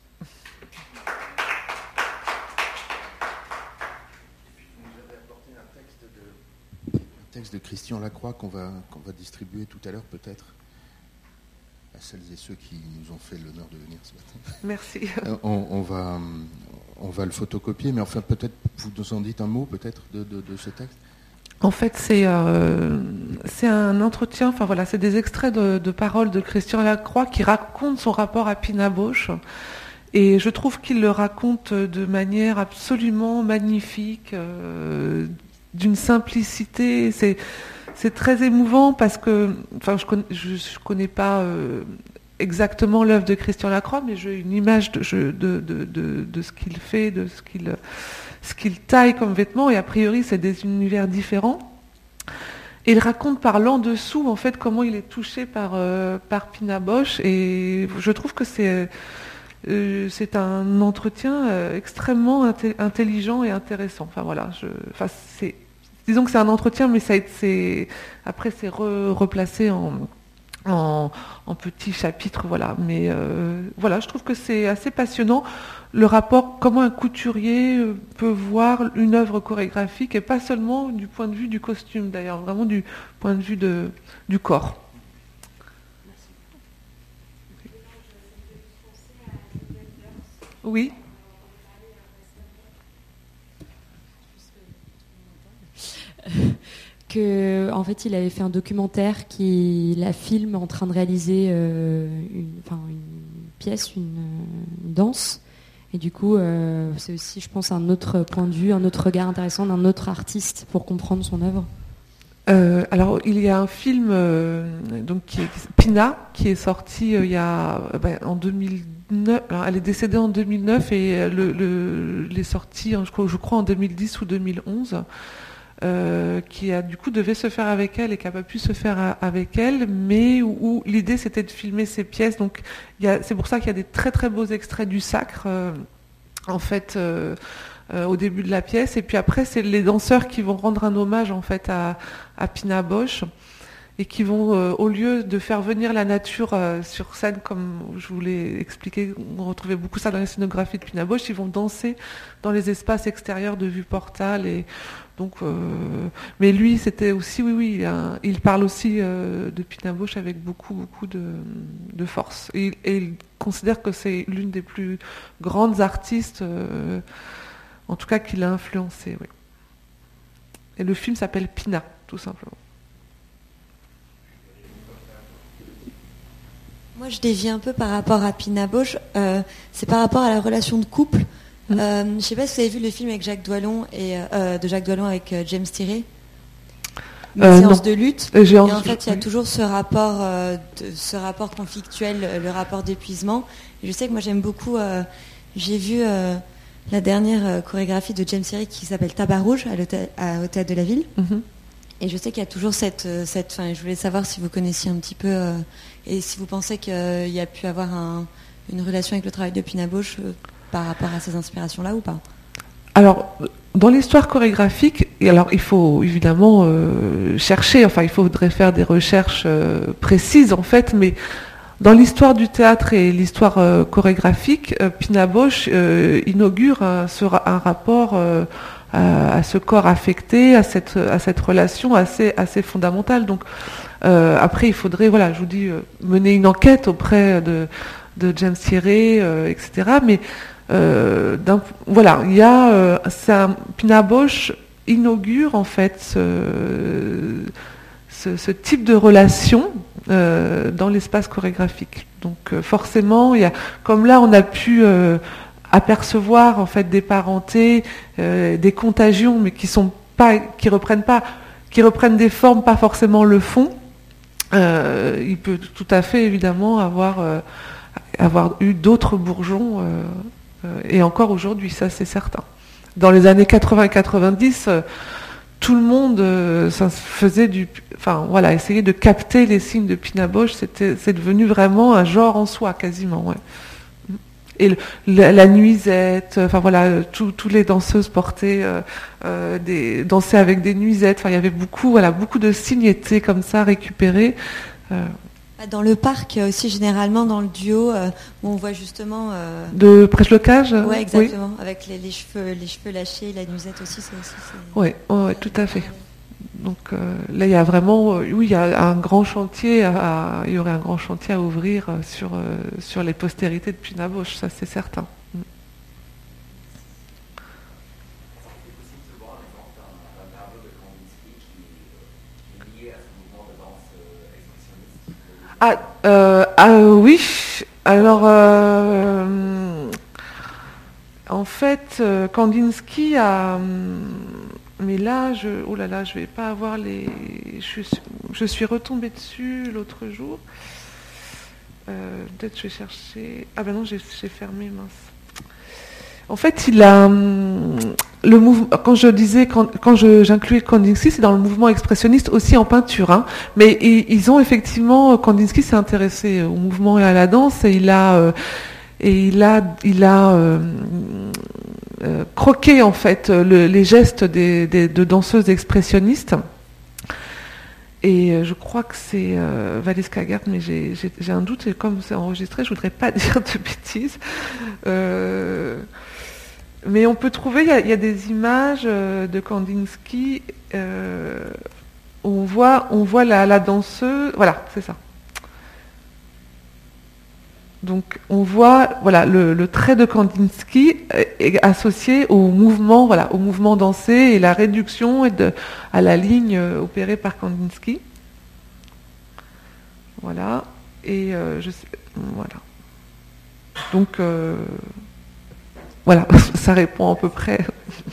Texte de Christian Lacroix qu'on va, qu'on va distribuer tout à l'heure peut-être à celles et ceux qui nous ont fait l'honneur de venir ce matin. Merci. On, on, va, on va le photocopier, mais enfin peut-être vous nous en dites un mot peut-être de, de, de ce texte. En fait, c'est, euh, c'est un entretien, enfin voilà, c'est des extraits de, de paroles de Christian Lacroix qui racontent son rapport à Pina Bausch. Et je trouve qu'il le raconte de manière absolument magnifique, euh, d'une simplicité. C'est, c'est très émouvant parce que, enfin, je connais, je, je connais pas euh, exactement l'œuvre de Christian Lacroix, mais j'ai une image de, je, de, de, de, de ce qu'il fait, de ce qu'il, ce qu'il taille comme vêtements. Et a priori, c'est des univers différents. Et il raconte par l'en dessous, en fait, comment il est touché par euh, par Pina Bausch. Et je trouve que c'est Euh, c'est un entretien euh, extrêmement inté- intelligent et intéressant. Enfin voilà, je, enfin, c'est, disons que c'est un entretien, mais ça, c'est, après c'est re, replacé en, en, en petits chapitres, voilà. Mais euh, voilà, je trouve que c'est assez passionnant le rapport, comment un couturier peut voir une œuvre chorégraphique et pas seulement du point de vue du costume, d'ailleurs, vraiment du point de vue de, du corps. Oui. Que, en fait, il avait fait un documentaire qui la filme en train de réaliser euh, une, enfin, une pièce, une, une danse. Et du coup, euh, c'est aussi, je pense, un autre point de vue, un autre regard intéressant d'un autre artiste pour comprendre son œuvre. Euh, alors, il y a un film, euh, donc, qui est Pina, qui est sorti euh, il y a, ben, en deux mille neuf. Alors, elle est décédée en deux mille neuf et le, le, il est sorti, je crois, je crois, en deux mille dix ou deux mille onze, euh, qui a du coup devait se faire avec elle et qui n'a pas pu se faire a, avec elle, mais où, où l'idée c'était de filmer ses pièces. Donc, il y a, c'est pour ça qu'il y a des très très beaux extraits du Sacre, euh, en fait. Euh, Euh, au début de la pièce, et puis après c'est les danseurs qui vont rendre un hommage en fait à, à Pina Bausch et qui vont, euh, au lieu de faire venir la nature euh, sur scène, comme je vous l'ai expliqué, on retrouvait beaucoup ça dans les scénographies de Pina Bausch, ils vont danser dans les espaces extérieurs de Vue Portal. Et donc, euh, mais lui c'était aussi, oui oui, un, il parle aussi euh, de Pina Bausch avec beaucoup beaucoup de, de force, et, et il considère que c'est l'une des plus grandes artistes, euh, en tout cas, qui l'a influencé, oui. Et le film s'appelle Pina, tout simplement. Moi, je dévie un peu par rapport à Pina Bausch. Euh, c'est par rapport à la relation de couple. Mmh. Euh, je ne sais pas si vous avez vu le film avec Jacques Doillon et euh, de Jacques Doillon avec euh, James Thierry. Une euh, séance non. de lutte. Et, et en fait, il y a toujours ce rapport, euh, de, ce rapport conflictuel, le rapport d'épuisement. Et je sais que moi, j'aime beaucoup. Euh, j'ai vu. Euh, la dernière euh, chorégraphie de James Thierry qui s'appelle Tabac Rouge à l'hôtel, à, au Théâtre de la Ville. Mm-hmm. Et je sais qu'il y a toujours cette... cette fin, je voulais savoir si vous connaissiez un petit peu euh, et si vous pensez qu'il euh, y a pu avoir un, une relation avec le travail de Pina Bausch euh, par rapport à ces inspirations-là ou pas ? Alors, dans l'histoire chorégraphique, et alors il faut évidemment euh, chercher, enfin il faudrait faire des recherches euh, précises en fait, mais... Dans l'histoire du théâtre et l'histoire euh, chorégraphique, euh, Pina Bausch euh, inaugure un, ce, un rapport euh, à, à ce corps affecté, à cette, à cette relation assez, assez fondamentale. Donc euh, après, il faudrait, voilà, je vous dis, euh, mener une enquête auprès de, de James Thierry, euh, et cetera. Mais euh, d'un, voilà, il y a, euh, ça, Pina Bausch inaugure en fait ce, ce, ce type de relation. Euh, dans l'espace chorégraphique. Donc euh, forcément, il y a, comme là, on a pu euh, apercevoir en fait des parentés, euh, des contagions, mais qui sont pas, qui reprennent pas, qui reprennent des formes, pas forcément le fond. Euh, il peut tout à fait évidemment avoir euh, avoir eu d'autres bourgeons, euh, euh, et encore aujourd'hui, ça c'est certain. Dans les années quatre-vingts quatre-vingt-dix. Euh, Tout le monde euh, ça faisait du, enfin voilà, essayer de capter les signes de Pina Bausch, c'était, c'est devenu vraiment un genre en soi quasiment, ouais. et le, la, la nuisette, enfin voilà, tous les danseuses portaient euh, euh, des dansaient avec des nuisettes. Enfin, il y avait beaucoup, voilà, beaucoup de signes étaient comme ça récupérés. Euh, Dans le parc aussi, généralement dans le duo, euh, où on voit justement. Euh... De Prêche-le-Cage. Oui, exactement. Oui. Avec les, les cheveux, les cheveux lâchés, la nuisette aussi, c'est aussi. Oui, ouais, tout à fait. Donc euh, là, il y a vraiment, euh, oui, il y a un grand chantier, à, il y aurait un grand chantier à ouvrir euh, sur euh, sur les postérités de Pina-Bausch, ça c'est certain. Mm. Ah, euh, ah oui. Alors, euh, en fait, euh, Kandinsky a. Mais là, je, oh là là, je vais pas avoir les. Je, je suis retombée dessus l'autre jour. Euh, peut-être je vais chercher. Ah ben non, j'ai, j'ai fermé, mince. En fait, il a le mouvement. Quand je disais, quand, quand je, j'incluais Kandinsky, c'est dans le mouvement expressionniste aussi en peinture. Hein. Mais ils, ils ont effectivement, Kandinsky s'est intéressé au mouvement et à la danse, et il a, euh, et il a, il a euh, euh, croqué en fait le, les gestes des, des, de danseuses expressionnistes. Et euh, je crois que c'est euh, Valérie Skagart, mais j'ai, j'ai, j'ai un doute, et comme c'est enregistré, je voudrais pas dire de bêtises. Euh, mais on peut trouver, il y, y a des images euh, de Kandinsky euh, où on voit, on voit la, la danseuse, voilà, c'est ça. Donc on voit, voilà, le, le trait de Kandinsky est associé au mouvement, voilà, au mouvement dansé et la réduction et de, à la ligne opérée par Kandinsky. Voilà. Et euh, je sais, voilà. Donc euh, voilà, ça répond à peu près.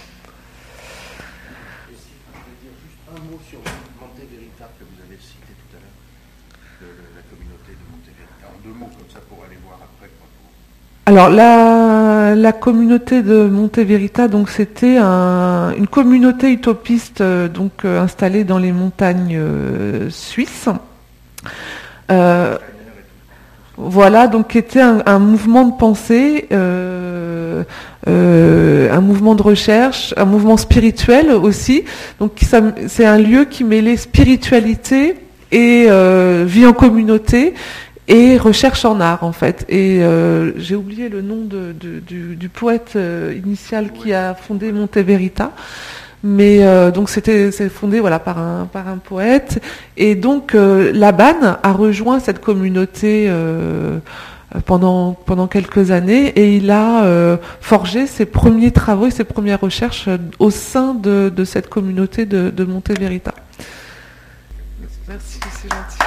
Alors la, la communauté de Monte Verita, donc c'était un, une communauté utopiste euh, donc euh, installée dans les montagnes euh, suisses. Euh, voilà, donc qui était un, un mouvement de pensée, euh, euh, un mouvement de recherche, un mouvement spirituel aussi. Donc ça, c'est un lieu qui mêlait spiritualité et euh, vie en communauté. Et recherche en art, en fait. Et euh, j'ai oublié le nom de, de, du, du poète euh, initial qui a fondé Monte Verita. Mais euh, donc c'était c'est fondé voilà par un par un poète. Et donc euh, Laban a rejoint cette communauté euh, pendant pendant quelques années, et il a euh, forgé ses premiers travaux et ses premières recherches au sein de, de cette communauté de, de Monte Verita. Merci, c'est gentil.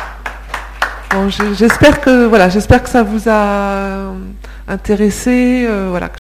Bon, j'espère que voilà, j'espère que ça vous a intéressé, euh, voilà, que